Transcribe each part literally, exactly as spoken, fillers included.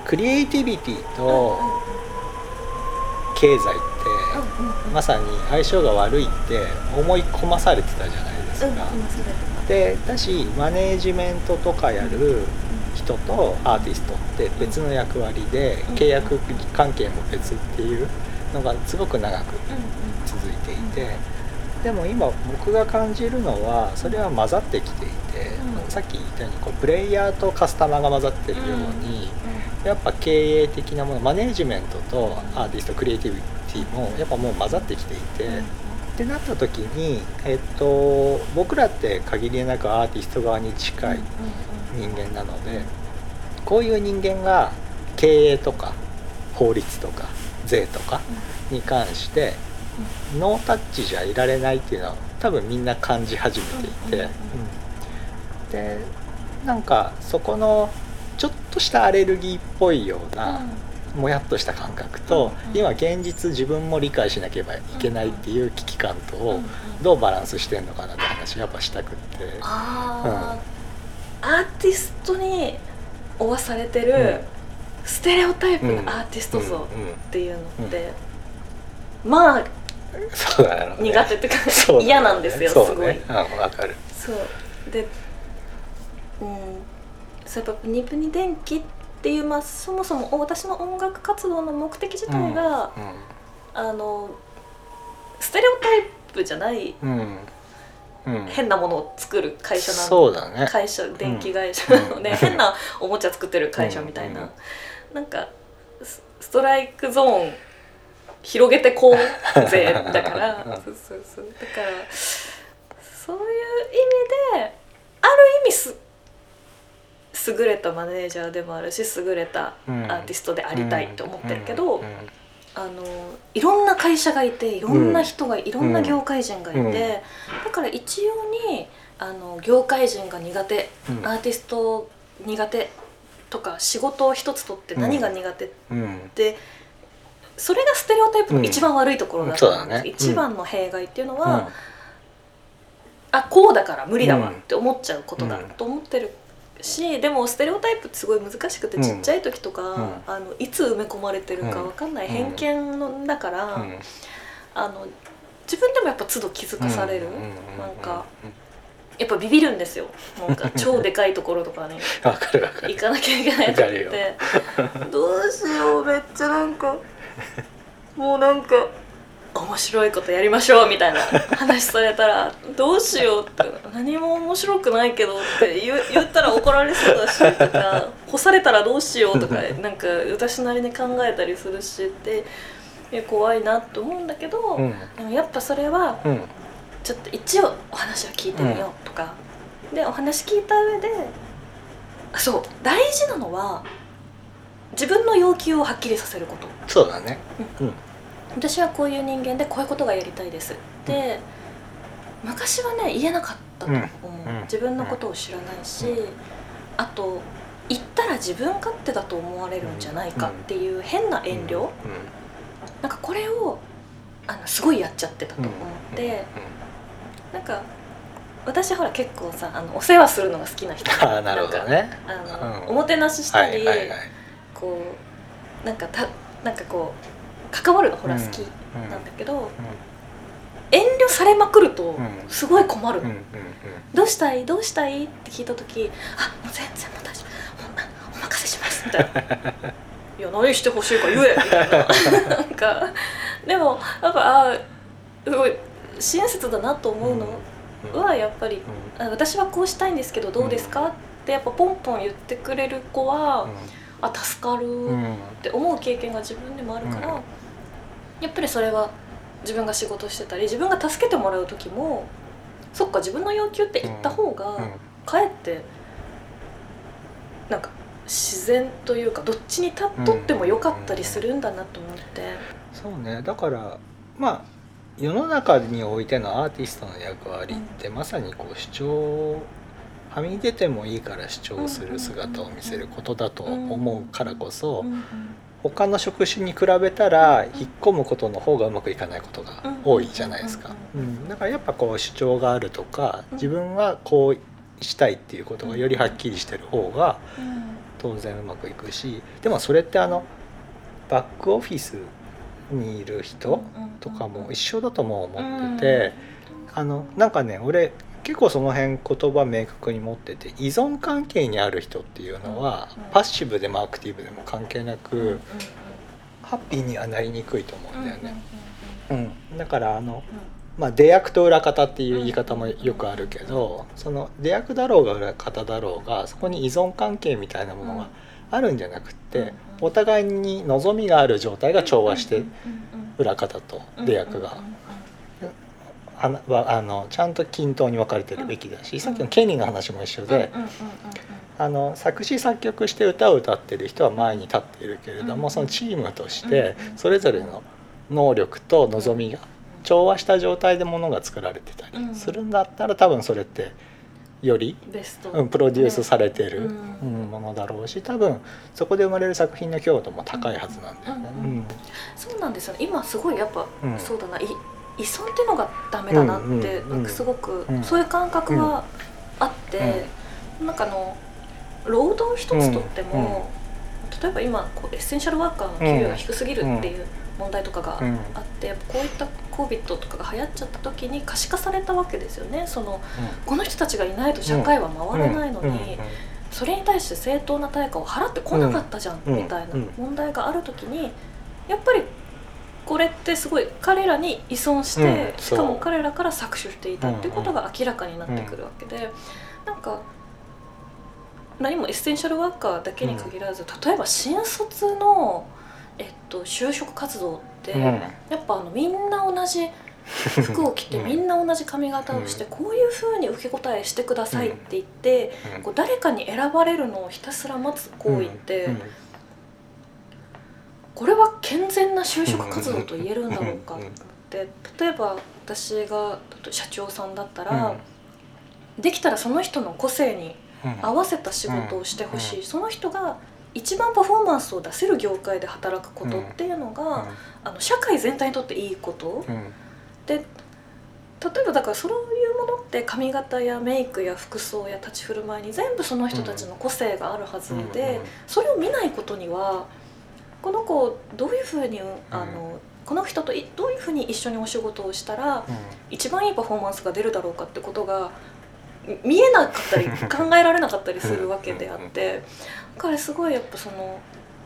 クリエイティビティと経済ってまさに相性が悪いって思い込まされてたじゃないですか、でだしマネージメントとかやる人とアーティストって別の役割で契約関係も別っていうのがすごく長く続いていて、でも今僕が感じるのはそれは混ざってきていて、さっき言ったようにこうプレイヤーとカスタマーが混ざってるようにやっぱ経営的なもの、マネージメントとアーティストクリエイティビティもやっぱもう混ざってきていて、ってなった時に、えっと、僕らって限りなくアーティスト側に近い人間なので、こういう人間が経営とか法律とか税とかに関してノータッチじゃいられないっていうのは多分みんな感じ始めていて、うん、でなんかそこのちょっとしたアレルギーっぽいようなもやっとした感覚と、今現実自分も理解しなければいけないっていう危機感とをどうバランスしてんのかなって話やっぱしたくって、 あ、うん、アーティストに追わされてるステレオタイプのアーティスト像っていうのって、うんうんうん、まあそうだろうね、 苦手っていうか嫌なんですよ、 そうね、 すごい。 あ、わかる。 そうで、うん、そうやっぱニプニ電気っていう、まあ、そもそも私の音楽活動の目的自体が、うんうん、あのステレオタイプじゃない、うんうん、変なものを作る会社なの、 そうだね、 会社電気会社なので、うん、変なおもちゃ作ってる会社みたいな、うんうん、なんかストライクゾーン広げてこうぜだからそうそうそう、だからそういう意味である意味す優れたマネージャーでもあるし優れたアーティストでありたいと思ってるけど、あのいろんな会社がいていろんな人がいろんな業界人がいて、だから一様にあの業界人が苦手、アーティスト苦手とか仕事を一つ取って何が苦手ってそれがステレオタイプの一番悪いところだと思うんです、うんね、一番の弊害っていうのは、うん、あこうだから無理だわって思っちゃうことだと思ってるし、でもステレオタイプってすごい難しくて、ちっちゃい時とか、うん、あのいつ埋め込まれてるか分かんない偏見のだから、うん、あの自分でもやっぱ都度気づかされる、うん、なんかやっぱビビるんですよ、なんか超でかいところとかに行かなきゃいけないと思ってどうしよう、めっちゃなんかもうなんか面白いことやりましょうみたいな話されたらどうしようって、何も面白くないけどって言, 言ったら怒られそうだしとか干されたらどうしようとかなんか私なりに考えたりするしって怖いなと思うんだけど、うん、でもやっぱそれは、うん、ちょっと一応お話を聞いてみようとか、うん、でお話聞いた上で、そう大事なのは自分の要求をはっきりさせること。 そうだね、うんうん、 私はこういう人間でこういうことがやりたいですって、うん、昔はね言えなかったと思う、うん、自分のことを知らないし、うん、あと言ったら自分勝手だと思われるんじゃないかっていう変な遠慮、うんうん、なんかこれをあのすごいやっちゃってたと思って、うんうん、なんか私ほら結構さあのお世話するのが好きな人あなるほどね、 あの、うん、おもてなししたり、はいはいはい、こうなんかたなんかこう関わるのほら好きなんだけど、うんうん、遠慮されまくるとすごい困るの、うんうんうん、どうしたいどうしたいって聞いた時、あもう全然もう大丈夫、お任せしますみたいないや何してほしいか言えみたいななんかでもやっぱあすごい親切だなと思うのはやっぱり、うん、私はこうしたいんですけどどうですかってやっぱポンポン言ってくれる子は、うん、あ助かるって思う経験が自分でもあるから、うん、やっぱりそれは自分が仕事してたり自分が助けてもらう時もそっか自分の要求って言った方がかえってなんか自然というかどっちに立っとってもよかったりするんだなと思って、 うんうん、そうね、だからまあ世の中においてのアーティストの役割ってまさにこう主張はみ出てもいいから主張する姿を見せることだと思うからこそ他の職種に比べたら引っ込むことの方がうまくいかないことが多いじゃないですか、うん、だからやっぱこう主張があるとか自分はこうしたいっていうことがよりはっきりしてる方が当然うまくいくし、でもそれってあのバックオフィスにいる人とかも一緒だとも思ってて、あのなんかね俺結構その辺言葉明確に持ってて、依存関係にある人っていうのはパッシブでもアクティブでも関係なくハッピーにはなりにくいと思うんだよね。うん、だからあの、まあ、出役と裏方っていう言い方もよくあるけど、その出役だろうが裏方だろうがそこに依存関係みたいなものがあるんじゃなくって、お互いに望みがある状態が調和して裏方と出役があのあのちゃんと均等に分かれてるべきだし、さっきのケニーの話も一緒で、あの作詞作曲して歌を歌ってる人は前に立っているけれども、そのチームとしてそれぞれの能力と望みが調和した状態でものが作られてたりするんだったら、多分それってよりベスト、 うん、プロデュースされてる、うん、ものだろうし、多分そこで生まれる作品の強度も高いはずなんだよね。 うんうんうん、そうなんですよね。今すごいやっぱ、うん、そうだな、い依存っていうのがダメだなって、うんうんうん、すごく、うん、そういう感覚はあって、うん、なんかあの労働一つとっても、うん、例えば今こうエッセンシャルワーカーの給与が低すぎるっていう問題とかがあって、うん、こういった コビッド とかが流行っちゃった時に可視化されたわけですよね。その、うん、この人たちがいないと社会は回らないのに、それに対して正当な対価を払ってこなかったじゃん、うん、みたいな問題がある時に、やっぱりこれってすごい彼らに依存して、うん、しかも彼らから搾取していたっていうことが明らかになってくるわけで、うんうん、なんか何もエッセンシャルワーカーだけに限らず、例えば新卒の、えっと、就職活動って、うん、やっぱあのみんな同じ服を着て、うん、みんな同じ髪型をして、うん、こういう風に受け答えしてくださいって言って、うん、こう誰かに選ばれるのをひたすら待つ行為って、うんうん、これは健全な就職活動と言えるんだろうかって。例えば私が社長さんだったら、うん、できたらその人の個性に合わせた仕事をしてほしい、うん、その人が一番パフォーマンスを出せる業界で働くことっていうのが、うん、あの社会全体にとっていいこと、うん、で例えばだからそういうものって髪型やメイクや服装や立ち振る舞いに全部その人たちの個性があるはずで、うん、それを見ないことにはこの子をどういうふうに、うん、あのこの人とどういうふうに一緒にお仕事をしたら、うん、一番いいパフォーマンスが出るだろうかってことが見えなかったり考えられなかったりするわけであって、だからすごいやっぱその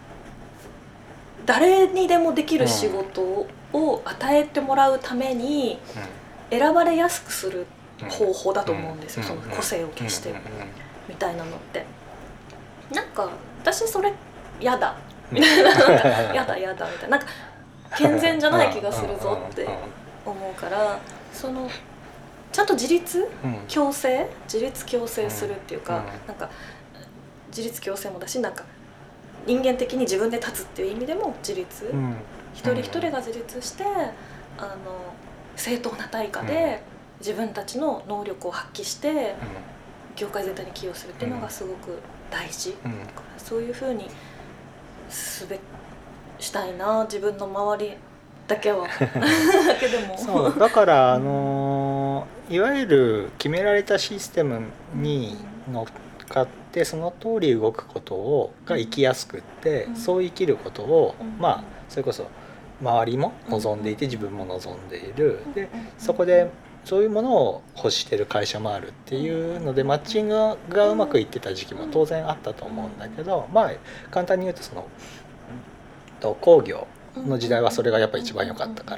誰にでもできる仕事を与えてもらうために選ばれやすくする方法だと思うんですよ、その個性を消してみたいなのって。なんか私それやだみたいなやだやだみたいな、なんか健全じゃない気がするぞって思うから、そのちゃんと自立強制自立強制するっていうか、なんか自立強制もだし、なんか人間的に自分で立つっていう意味でも自立、うん、一人一人が自立して、あの正当な対価で自分たちの能力を発揮して、うん、業界全体に寄与するっていうのがすごく大事、うん、そういうふうにすべしたいな、自分の周りだけはだけでもそうだからあのいわゆる決められたシステムに乗っかってその通り動くことをが生きやすくって、うん、そう生きることを、うん、まあそれこそ周りも望んでいて自分も望んでいる、でそこでそういうものを欲してる会社もあるっていうのでマッチングがうまくいってた時期も当然あったと思うんだけど、まあ簡単に言うとその工業の時代はそれがやっぱ一番良かったから、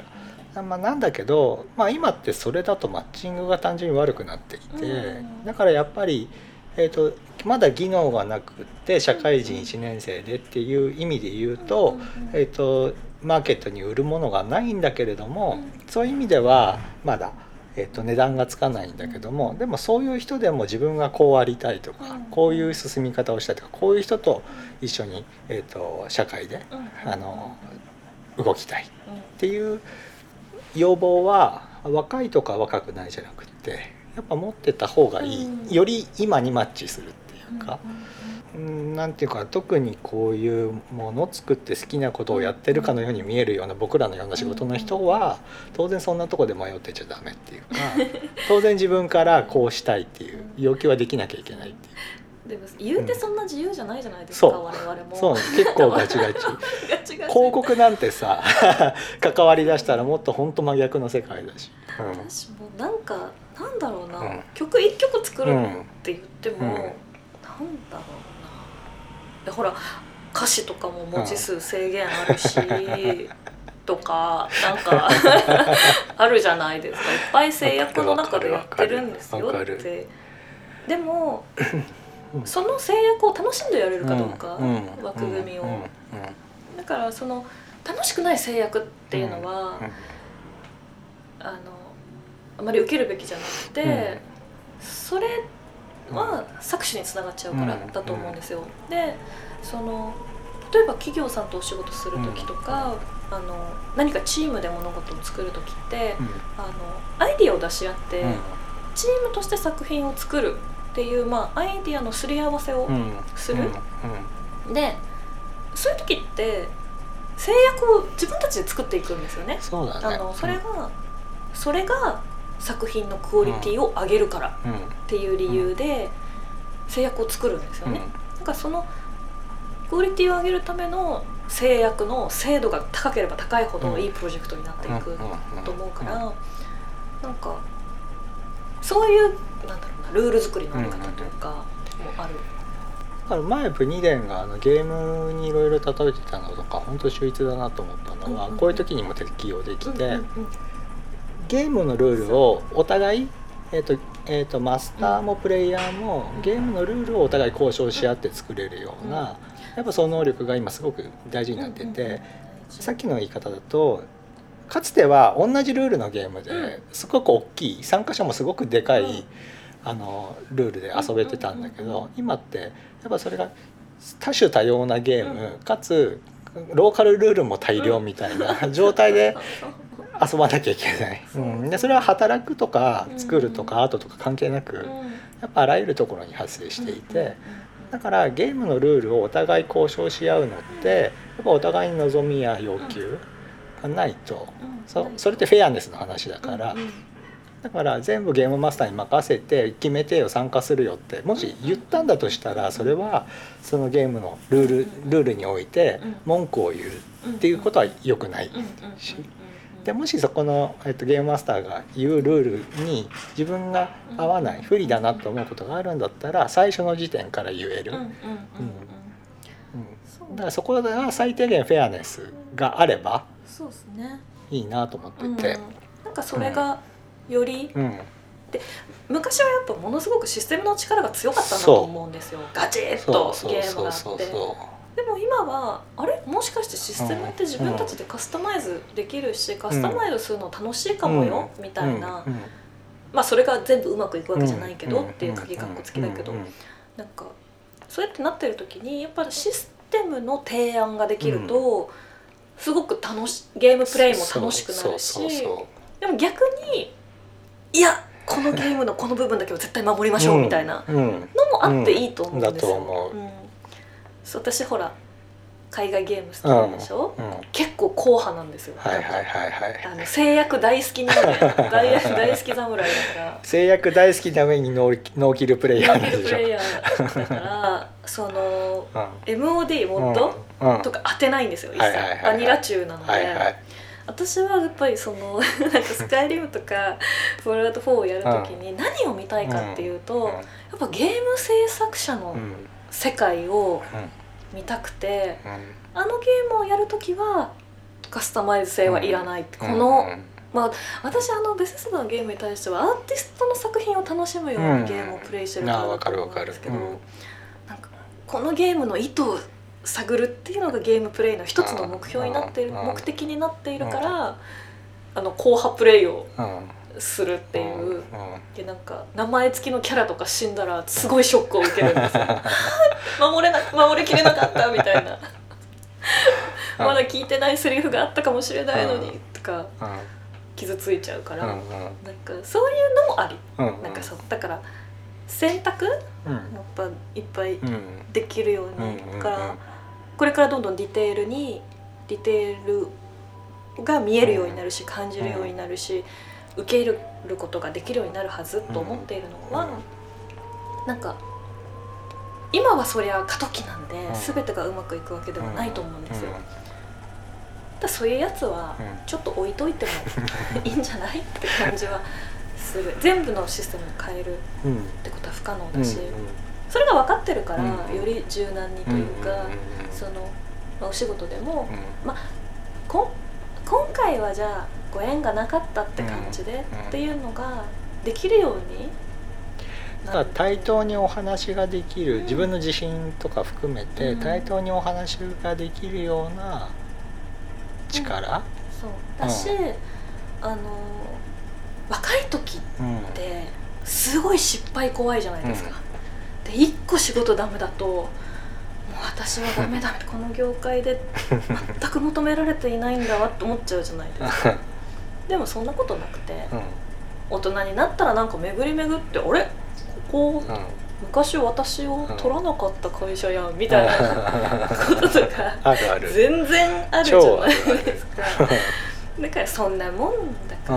まあ、なんだけど、まあ、今ってそれだとマッチングが単純に悪くなっていて、だからやっぱり、えーと、まだ技能がなくって社会人いちねん生でっていう意味で言うと、えーと、マーケットに売るものがないんだけれども、そういう意味ではまだえっと、値段がつかないんだけども、でもそういう人でも自分がこうありたいとか、こういう進み方をしたいとか、こういう人と一緒に、えっと、社会であの動きたいっていう要望は若いとか若くないじゃなくってやっぱ持ってた方がいい、より今にマッチするっていうか、なんていうか特にこういうものを作って好きなことをやってるかのように見えるような僕らのような仕事の人は当然そんなとこで迷ってちゃダメっていうか、当然自分からこうしたいっていう要求はできなきゃいけないっていうでも言うてそんな自由じゃないじゃないですか、 うん、 我々も。 そう結構ガチガチガチガチ広告なんてさ関わりだしたらもっと本当真逆の世界だし、うん、 私もなんかなんだろうな、 うん、 曲一曲作るって言っても、うん、なんだろうなでほら歌詞とかも文字数制限あるし、うん、とかなんかあるじゃないですか。いっぱい制約の中でやってるんですよって。でもその制約を楽しんでやれるかどうか、うん、枠組みを、うんうん、だからその楽しくない制約っていうのは、あのあまり受けるべきじゃなくて、それは搾取につながっちゃうからだと思うんですよ。でその例えば企業さんとお仕事する時とか、あの何かチームで物事を作る時って、あのアイディアを出し合って、チームとして作品を作るっていう、まあ、アイディアのすり合わせをする、うんうん、でそういう時って制約を自分たちで作っていくんですよね。 そうだね。 あのそれが、うん、それが作品のクオリティを上げるからっていう理由で制約を作るんですよね、うん、なんかそのクオリティを上げるための制約の精度が高ければ高いほどいいプロジェクトになっていくと思うから、なんかそういうなんだろうなルール作りのあり方とかもある。 だから前ブニデンがあのゲームにいろいろ例えてたのとか本当秀逸だなと思ったのは、うんうん、こういう時にも適用できて、うんうんうん、ゲームのルールをお互い、えーとえーと、マスターもプレイヤーもゲームのルールをお互い交渉し合って作れるような、やっぱその能力が今すごく大事になってて、さっきの言い方だとかつては同じルールのゲームですごく大きい参加者もすごくでかいあのルールで遊べてたんだけど、今ってやっぱそれが多種多様なゲームかつローカルルールも大量みたいな状態で遊ばなきゃいけない、うん、でそれは働くとか作るとかアートとか関係なくやっぱあらゆるところに発生していて、だからゲームのルールをお互い交渉し合うのってやっぱお互いに望みや要求がないと そ, それってフェアネスの話だから、だから全部ゲームマスターに任せて決めてよ参加するよってもし言ったんだとしたら、それはそのゲームのルール、ルールにおいて文句を言うっていうことは良くないし、でもしそこの、えっと、ゲームマスターが言うルールに自分が合わない不利だなと思うことがあるんだったら最初の時点から言える。だからそこが最低限フェアネスがあればいいなと思ってて、うん、 なんかそれがより、うん、で昔はやっぱものすごくシステムの力が強かったんだと思うんですよ。ガチッとゲームがあって。でも今はあれもしかしてシステムって自分たちでカスタマイズできるし、うん、カスタマイズするの楽しいかもよ、うん、みたいな、うん、まあそれが全部うまくいくわけじゃないけど、うん、っていう鍵かっこつきだけど、うん、なんかそうやってなってる時にやっぱりシステムの提案ができると、すごく楽しゲームプレイも楽しくなるし、でも逆にいやこのゲームのこの部分だけは絶対守りましょうみたいなのもあっていいと思うんですよ。そう私ほら海外ゲーム好きなんでしょ、うんうん、結構硬派なんですよ。 はいはいはいはい。 あの制約大好きなので大, 大好き侍だから制約大好きな上にノーノーキルプレイヤーなんでしょ。ノーキルプレイヤーだからその、うん、エムオーディー モッド、うん、とか当てないんですよ一切、はいはいはいはい、バニラ中なので、はいはい、私はやっぱりそのなんかスカイリムとかフォールアウトフォーをやるときに何を見たいかっていうと、うんうん、やっぱゲーム制作者の世界を見たくて、うん、あのゲームをやるときはカスタマイズ性はいらない、うん、この、うん、まあ私あのベセスダのゲームに対してはアーティストの作品を楽しむようにゲームをプレイしてるからだと思うんですけど、うん、なんかこのゲームの意図を探るっていうのがゲームプレイの一つの目標になっている、目的になっているから、あの硬派プレイをするっていう、でなんか名前付きのキャラとか死んだらすごいショックを受けるんですよ守れな守りきれなかったみたいなまだ聞いてないセリフがあったかもしれないのにとか傷ついちゃうから、なんかそういうのもあり、なんかそうだから選択、うん、やっぱいっぱいできるように、うん、だからこれからどんどんディテールにディテールが見えるようになるし、感じるようになるし、受け入れることができるようになるはずと思っているのは、なんか今はそりゃ過渡期なんで、 うん、 全てがうまくいくわけではないと思うんですよ、 うん、 だそういうやつはちょっと置いといてもいいんじゃないって感じはする。全部のシステムを変えるってことは不可能だし、うんうん、それが分かってるから、うん、より柔軟にというか、うんうん、その、まあ、お仕事でも、うん、まあこ今回はじゃあご縁がなかったって感じで、うん、っていうのができるようにだから対等にお話ができる、うん、自分の自信とか含めて対等にお話ができるような力、うん、 そうだし、うん、あの若い時ってすごい失敗怖いじゃないですか、うん、でいっこ仕事ダメだともう私はダメだこの業界で全く求められていないんだわって思っちゃうじゃないですかでもそんなことなくて、うん、大人になったらなんか巡り巡ってあれここ、うん、昔私を取らなかった会社やんみたいなこととかあるある全然あるじゃないですかだからそんなもんだから、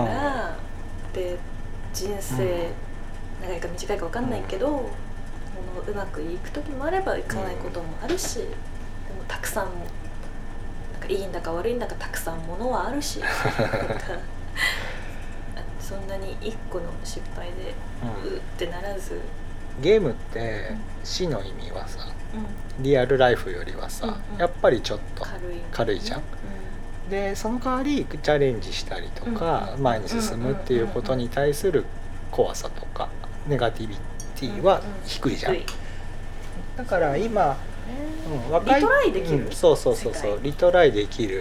うん、で人生長いか短いか分かんないけど、うん、うまくいく時もあればいかないこともあるし、うん、でもたくさんなんかいいんだか悪いんだかたくさんものはあるしそんなにいっこの失敗で、うん、うってならずゲームって死の意味はさ、うん、リアルライフよりはさ、うんうん、やっぱりちょっと軽いじゃん、うん、でその代わりチャレンジしたりとか、うん、前に進むっていうことに対する怖さとかネガティビティは低いじゃん、うんうん、だから今、うん、若いリトライできる、 うん、そうそうそうそうリトライできる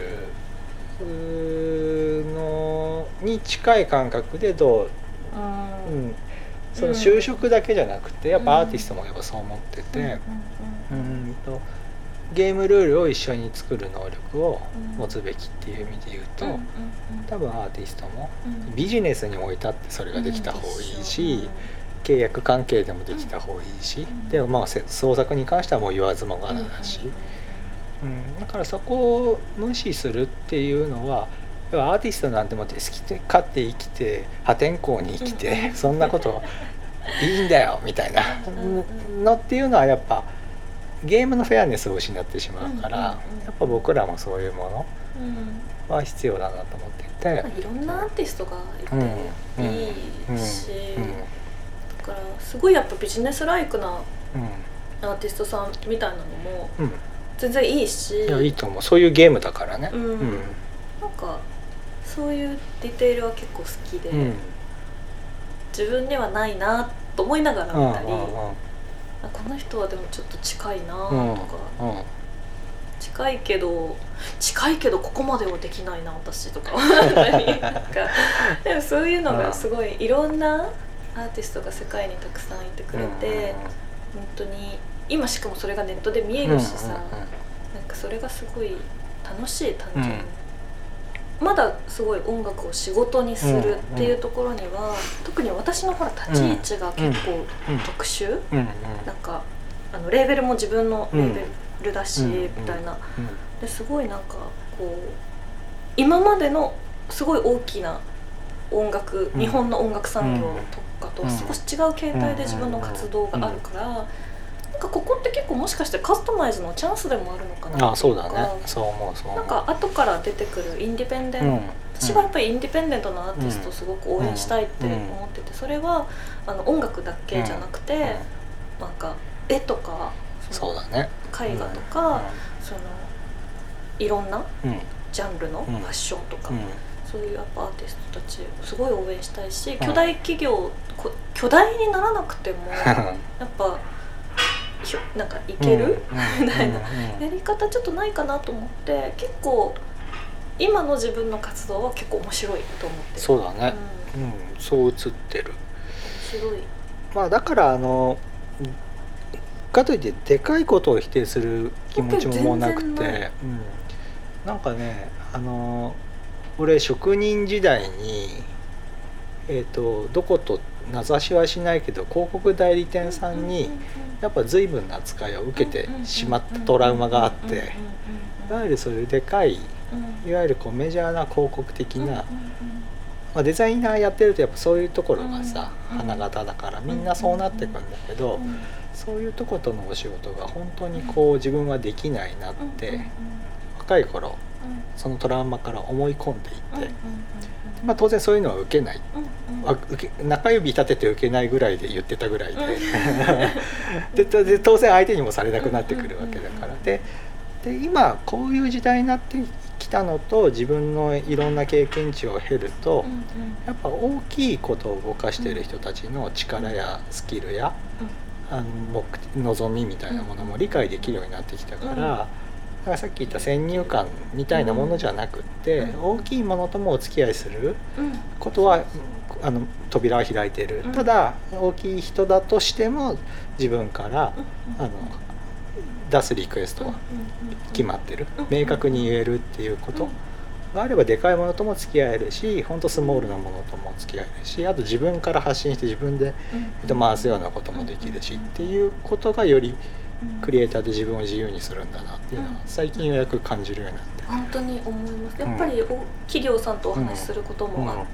のに近い感覚でどう、うん、その就職だけじゃなくてやっぱアーティストもやっぱそう思ってて、うんうんとゲームルールを一緒に作る能力を持つべきっていう意味で言うと、多分アーティストもビジネスにおいたってそれができた方がいいし、契約関係でもできた方がいいし、でもまあ創作に関してはもう言わずもがなだし、うん、だからそこを無視するっていうのはアーティストなんてもって好き勝手生きて破天荒に生きてそんなこといいんだよみたいなのっていうのはやっぱゲームのフェアネスを失ってしまうから、やっぱ僕らもそういうものは必要だなと思っていて、 いろんなアーティストがいていいし、だからすごいやっぱビジネスライクなアーティストさんみたいなのも全然いいし、 いやいいと思う。そういうゲームだからね、 うんうん、なんかそういうディテールは結構好きで、うん、自分にはないなと思いながら見たり、うんうんうん、この人はでもちょっと近いなとか、うんうん、近いけど近いけどここまではできないな私とかなんかでもそういうのがすごいいろんなアーティストが世界にたくさんいてくれて、うんうんうん、本当に今しかもそれがネットで見えるしさ、うんうんうん、なんかそれがすごい楽しい単純に、うんまだすごい音楽を仕事にするっていうところには、うんうん、特に私のほら立ち位置が結構特殊、うんうん、なんかあのレーベルも自分のレーベルだし、うん、みたいなですごいなんかこう今までのすごい大きな音楽、うん、日本の音楽産業とかとは少し違う形態で自分の活動があるから、なんかここって結構もしかしてカスタマイズのチャンスでもあるのかなっていうか、 あ、そうだね、そう思うそう思う。 なんか後から出てくるインディペンデント、うん、私はやっぱりインディペンデントのアーティストをすごく応援したいって思ってて、それはあの音楽だけじゃなくて、うん、なんか絵とかそうだね、 絵画とか、うん、そのいろんなジャンルのファッションとか、うん、そういうやっぱアーティストたちをすごい応援したいし、巨大企業巨大にならなくてもやっぱなんかいける、うん、みたいなやり方ちょっとないかなと思って、結構今の自分の活動は結構面白いと思ってる。 そうだね、うんうん、そう映ってる。 面白い。 まあだからあのかといってでかいことを否定する気持ちももうなくて、な、うん、なんかね、あの俺職人時代にえーと、どこと名指しはしないけど広告代理店さんにやっぱ随分な扱いを受けてしまったトラウマがあって、いわゆるそういうでかいいわゆるこうメジャーな広告的な、まあ、デザイナーやってるとやっぱそういうところがさ花形だからみんなそうなってくんだけど、 そういうとことのお仕事が本当にこう自分はできないなって、うんうんうん、若い頃、うん、そのトラウマから思い込んでいて、うんうんうん、まあ、当然そういうのは受けない、うんうん、受け中指立てて受けないぐらいで言ってたぐらいで、うん、で, で当然相手にもされなくなってくるわけだから、でで今こういう時代になってきたのと自分のいろんな経験値を経ると、うんうん、やっぱ大きいことを動かしている人たちの力やスキルや、うん、あの望みみたいなものも理解できるようになってきたから、うん、だからさっき言った先入観みたいなものじゃなくって、うん、大きいものともお付き合いすることは、あの扉は開いている、うん、ただ大きい人だとしても自分から、うん、あの出すリクエストは決まってる、明確に言えるっていうことがあればでかいものとも付き合えるし、本当スモールなものとも付き合えるし、あと自分から発信して自分で回すようなこともできるしっていうことがよりクリエイターで自分を自由にするんだなっていうのは最近ようやく感じるようになって、 本当に思います。やっぱり企業さんとお話しすることもあって、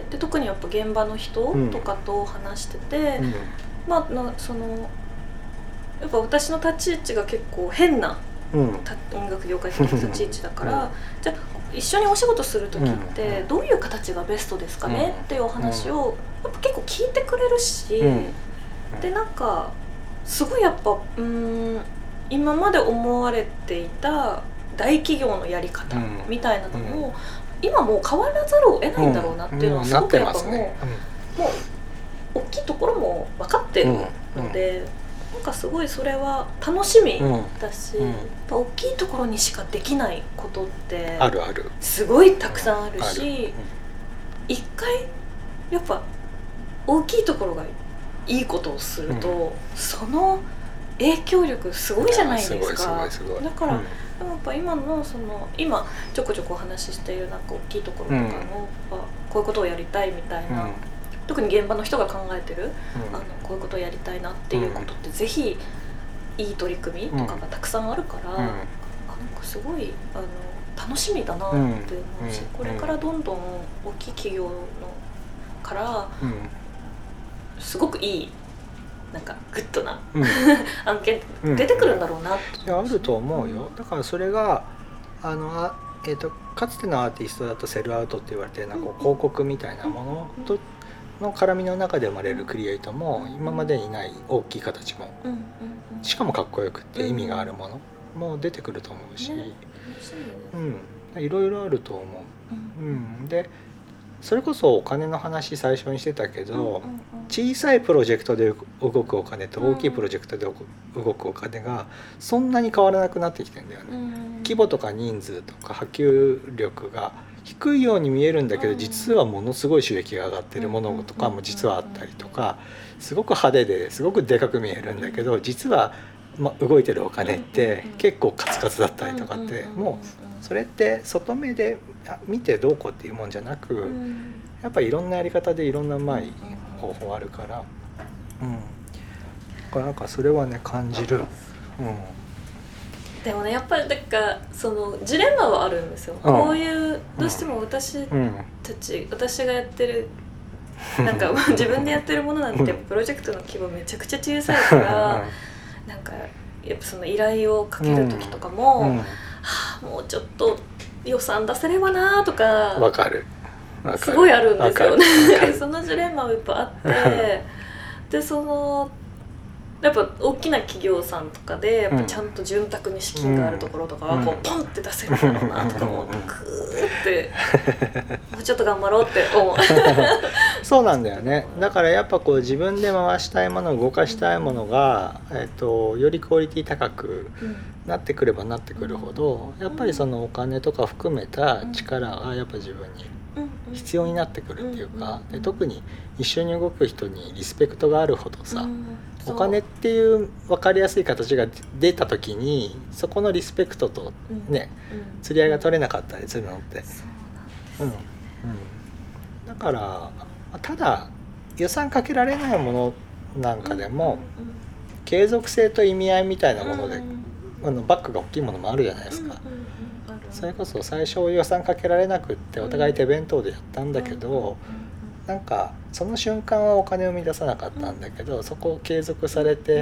で特にやっぱ現場の人とかと話してて、まあそのやっぱ私の立ち位置が結構変な、うん、音楽業界的な立ち位置だから、うん、じゃあ一緒にお仕事する時ってどういう形がベストですかね、うん、っていうお話をやっぱ結構聞いてくれるし、うん、でなんかすごいやっぱうーん今まで思われていた大企業のやり方みたいなのも、うん、今もう変わらざるを得ないんだろうなっていうのはすごくやっぱもう、うん、もう大きいところも分かってるので、うんうん、なんかすごいそれは楽しみだし、うんうん、やっぱ大きいところにしかできないことってあるあるすごいたくさんあるし、一回やっぱ大きいところがいいことをすると、うん、その影響力すごいじゃないですか。すごいすごいすごい。だから、うん、でもやっぱ今のその今ちょこちょこお話ししているなんか大きいところとかの、うん、こういうことをやりたいみたいな、うん、特に現場の人が考えてる、うん、あのこういうことをやりたいなっていうことって、うん、ぜひいい取り組みとかがたくさんあるから、うん、あなんかすごいあの楽しみだなって思うし、うん、これからどんどん大きい企業のから、うん、すごくいいなんかグッドな、うん、案件出てくるんだろうな、うん、 いやあると思うよ。だからそれがあのあ、えーと、かつてのアーティストだとセルアウトって言われてるなんかこう広告みたいなものとの絡みの中で生まれるクリエイトも今までにない大きい形も、しかもかっこよくて意味があるものも出てくると思うし、うん、いろいろあると思う、うん、でそれこそお金の話最初にしてたけど、小さいプロジェクトで動くお金と大きいプロジェクトで動くお金がそんなに変わらなくなってきてるんだよね。規模とか人数とか波及力が低いように見えるんだけど、実はものすごい収益が上がってるものとかも実はあったりとか、すごく派手ですごくでかく見えるんだけど、実はま動いてるお金って結構カツカツだったりとかって、もうそれって外目で見てどうこうっていうもんじゃなく、やっぱりいろんなやり方でいろんなうまい方法あるから、うん、だからなんかそれはね感じる、うん、 でもねやっぱりだからそのジレンマはあるんですよ、うん、こういうどうしても私たち、うん、私がやってるなんか自分でやってるものなんてプロジェクトの規模めちゃくちゃ小さいからなんかやっぱその依頼をかける時とかも、うんうん、はあ、もうちょっと予算出せればなとかわかるすごいあるんですよねそのジレンマはやっぱあってでそのやっぱ大きな企業さんとかでやっぱちゃんと潤沢に資金があるところとかはこうポンって出せるんだろうなとか思ってクーってもうちょっと頑張ろうって思うそうなんだよね。だからやっぱこう自分で回したいもの動かしたいものが、えっと、よりクオリティ高くなってくればなってくるほどやっぱりそのお金とか含めた力がやっぱ自分に必要になってくるっていうか、で特に一緒に動く人にリスペクトがあるほどさ、お金っていう分かりやすい形が出た時にそこのリスペクトとね、釣り合いが取れなかったりするのってうんうん、だからただ予算かけられないものなんかでも継続性と意味合いみたいなものであのバックが大きいものもあるじゃないですか。それこそ最初予算かけられなくってお互い手弁当でやったんだけど、なんかその瞬間はお金を生み出さなかったんだけど、そこを継続されて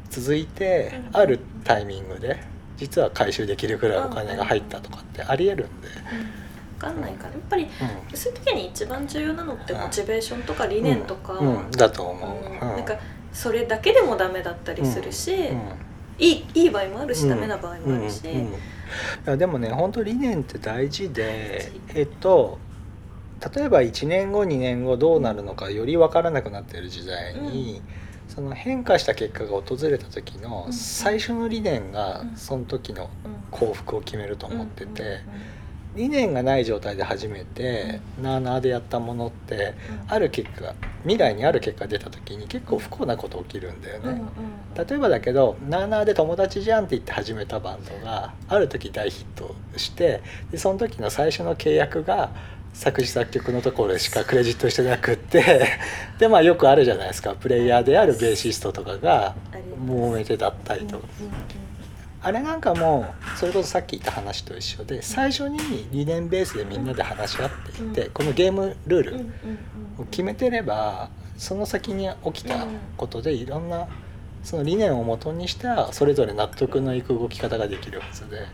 続いてあるタイミングで実は回収できるぐらいお金が入ったとかってありえるんで、 分かんないからやっぱり、うん、そういう時に一番重要なのってモチベーションとか理念とか、 うんうん、だと思う、うん、 なんかそれだけでもダメだったりするし、うんうん、いい、いい場合もあるし、ダメな場合もあるし、うんうんうん、いやでもね本当理念って大事でえっと例えばいちねんごにねんごどうなるのかより分からなくなっている時代に、うん、その変化した結果が訪れた時の最初の理念がその時の幸福を決めると思ってて、理念がない状態で初めてなあなあでやったものってある結果未来にある結果が出た時に結構不幸なこと起きるんだよね。例えばだけどなあなあで友達じゃんって言って始めたバンドがある時大ヒットしてでその時の最初の契約が作詞作曲のところでしかクレジットしてなくってでまあよくあるじゃないですかプレイヤーであるベーシストとかが揉めてだったりとか。あれなんかもそれこそさっき言った話と一緒で最初に理念ベースでみんなで話し合っていってこのゲームルールを決めてればその先に起きたことでいろんなその理念を元にしたそれぞれ納得のいく動き方ができるはずで、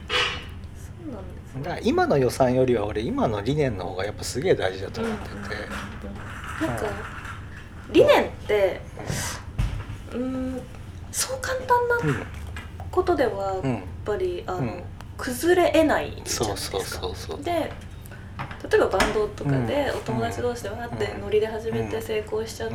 だから今の予算よりは俺今の理念の方がやっぱすげえ大事だと思ってて、 なんか理念ってうーんそう簡単なことではやっぱり、うん、あの、うん、崩れ得ないじゃないですか。そうそうそうそう。で、例えばバンドとかでお友達同士でわーってノリで始めて成功しちゃって、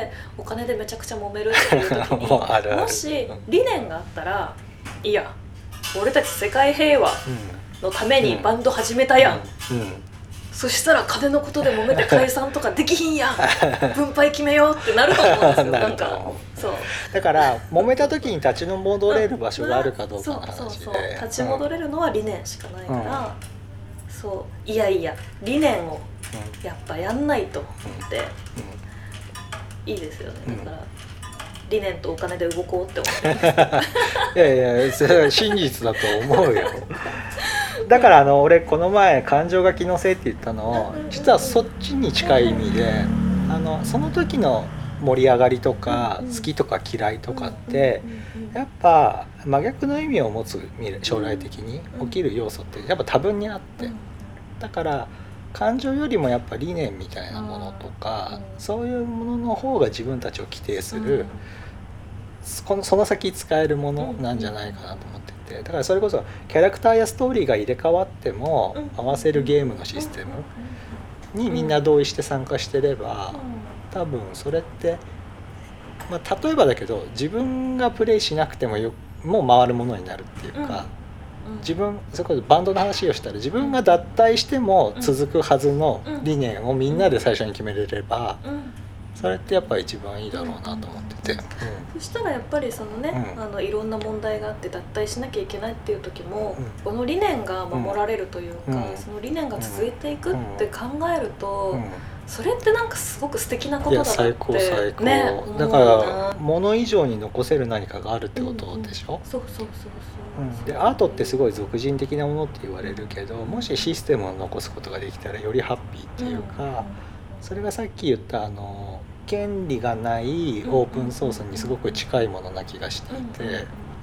うん、お金でめちゃくちゃ揉めるっていう時にも, あるあるもし理念があったら、いや俺たち世界平和のためにバンド始めたやん、うんうんうん、そしたら金のことで揉めて解散とかできひんやん分配決めようってなると思うんですよなんかそうだから揉めた時に立ち戻れる場所があるかどうかの話で、 そうそうそう立ち戻れるのは理念しかないから、うん、そういやいや理念をやっぱやんないと思って、うんうん、いいですよね。だから、うん、理念とお金で動こうって思ってますいやいやそれは真実だと思うよだからあの俺この前感情が気のせいって言ったの実はそっちに近い意味であのその時の盛り上がりとか好きとか嫌いとかってやっぱ真逆の意味を持つ将来的に起きる要素ってやっぱ多分にあってだから感情よりもやっぱ理念みたいなものとかそういうものの方が自分たちを規定するその先使えるものなんじゃないかなと思っててだからそれこそキャラクターやストーリーが入れ替わっても合わせるゲームのシステムにみんな同意して参加してれば多分それって、まあ、例えばだけど自分がプレイしなくてもよもう回るものになるっていうか、うん、自分それこそバンドの話をしたら自分が脱退しても続くはずの理念をみんなで最初に決めれれば、うんうん、それってやっぱり一番いいだろうなと思ってて、うん、 そしたらやっぱりそのね、うん、あのいろんな問題があって脱退しなきゃいけないっていう時も、うん、この理念が守られるというか、うん、その理念が続いていくって考えると、うんうんそれってなんかすごく素敵なことだなって最高最高、ね、 だから物以上に残せる何かがあるってことでしょ、うんうん、 そうそうそうそう、 うん、でアートってすごい俗人的なものって言われるけどもしシステムを残すことができたらよりハッピーっていうか、うんうん、それがさっき言ったあの権利がないオープンソースにすごく近いものな気がしていて、うんうんうん、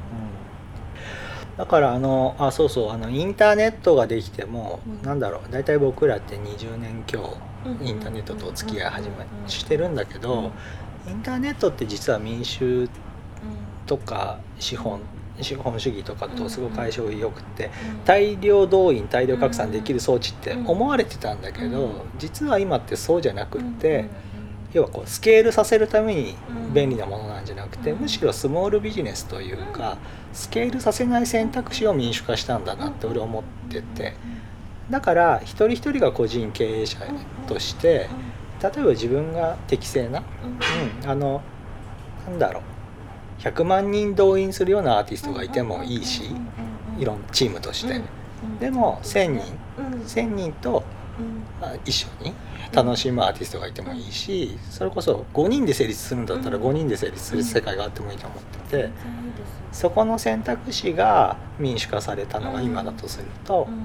だからあのあそうそうあのインターネットができても、うん、なんだろうだいたい僕らってにじゅうねん強インターネットとお付き合い始めしてるんだけどインターネットって実は民衆とか資本資本主義とかとすごく相性良くて大量動員大量拡散できる装置って思われてたんだけど実は今ってそうじゃなくって要はこうスケールさせるために便利なものなんじゃなくてむしろスモールビジネスというかスケールさせない選択肢を民主化したんだなって俺思っててだから一人一人が個人経営者として例えば自分が適正な、うん、あのなんだろうひゃくまんにん動員するようなアーティストがいてもいいしいろんなチームとしてでもせんにんせんにんと一緒に楽しむアーティストがいてもいいしそれこそごにんで成立するんだったらごにんで成立する世界があってもいいと思っててそこの選択肢が民主化されたのが今だとすると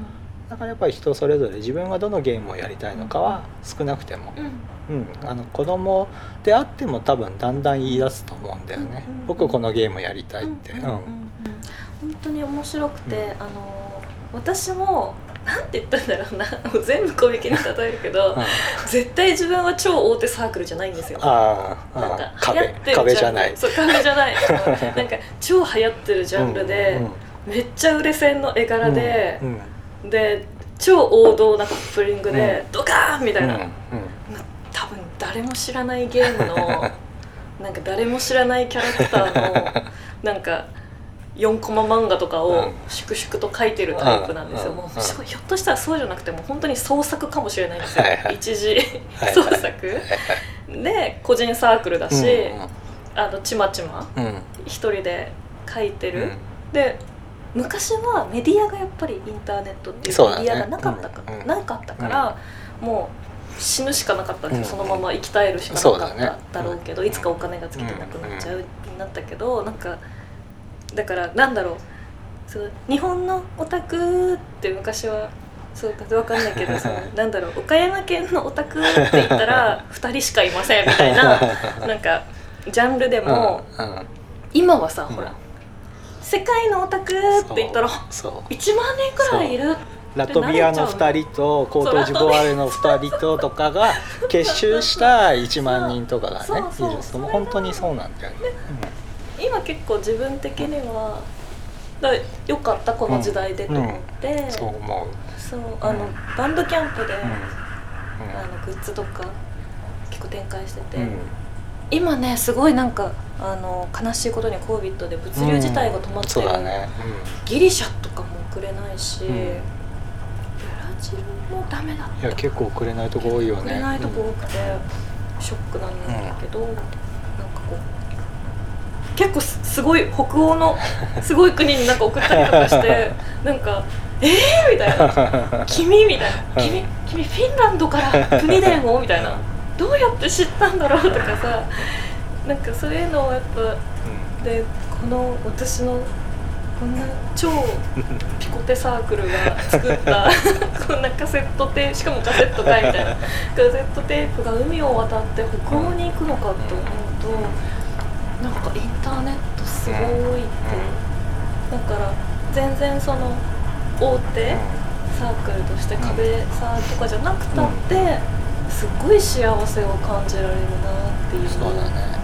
だからやっぱり人それぞれ自分がどのゲームをやりたいのかは少なくても、うんうん、あの子供であっても多分だんだん言い出すと思うんだよね、うんうんうん、僕このゲームやりたいって、うんうんうん、 本当に面白くて、うん、あの私もなんて言ったんだろうな、もう全部攻撃に例えるけど、うん、絶対自分は超大手サークルじゃないんですよ。 ああ、 なんか壁、 流行ってる壁じゃない。 そう、壁じゃない。なんか超流行ってるジャンルで、うんうん、めっちゃ売れ線の絵柄で、うんうん、で超王道なカップリングで、うん、ドカーンみたいな、うんうん、多分誰も知らないゲームのなんか誰も知らないキャラクターのなんかよんコマ漫画とかを粛々と書いてるタイプなんですよ、うん、もうすごいひょっとしたらそうじゃなくても本当に創作かもしれないんですよ、はいはい、一時創作、はいはい、で個人サークルだし、うんうん、あのちまちま、うん、一人で書いてる、うん、で昔はメディアがやっぱりインターネットっていうメディアがなかったか、ねうん、なかったから、うん、もう死ぬしかなかったんですよ、うん、そのまま生き絶えるしかなかっただろうけど、うん、いつかお金が尽きてなくなっちゃうになったけど、なんかだからなんだろう、そう日本のオタクって昔はそうか分かんないけどそのなんだろう岡山県のオタクって言ったらふたりしかいませんみたいななんかジャンルでも、うんうん、今はさ、うん、ほら世界のオタクって言ったらいちまんにんくらいいる。 ラトビアのふたりとコートジボワールのふたりととかが結集したいちまんにんとかがねいる。その本当にそうなんだよね。 うん、今結構自分的にはだよかったこの時代でと思って、うんうん、 そう思う。 そうあの、うん、バンドキャンプで、うん、あのグッズとか結構展開してて、うん、今ねすごいなんかあの悲しいことに コービッド で物流自体が止まってる、 うんねうん、ギリシャとかも送れないし、うん、ブラジルもダメだった。 いや結構送れないとこ多いよね。 送れないとこ多くて、うん、ショックなんだけど、うん、なんかこう結構すごい北欧のすごい国になんか送ったりとかしてなんかえーみたいな君みたいな君君フィンランドから国電をみたいなどうやって知ったんだろうとかさ、なんかそういうのをやっぱ、うん、でこの私のこんな超ピコテサークルが作ったこんなカセットテープ、しかもカセットかいみたいなカセットテープが海を渡って北欧に行くのかと思うと、なんかインターネットすごいって、だから全然その大手サークルとして壁サーとかじゃなくたってすっごい幸せを感じられるなっていう。 そうだね。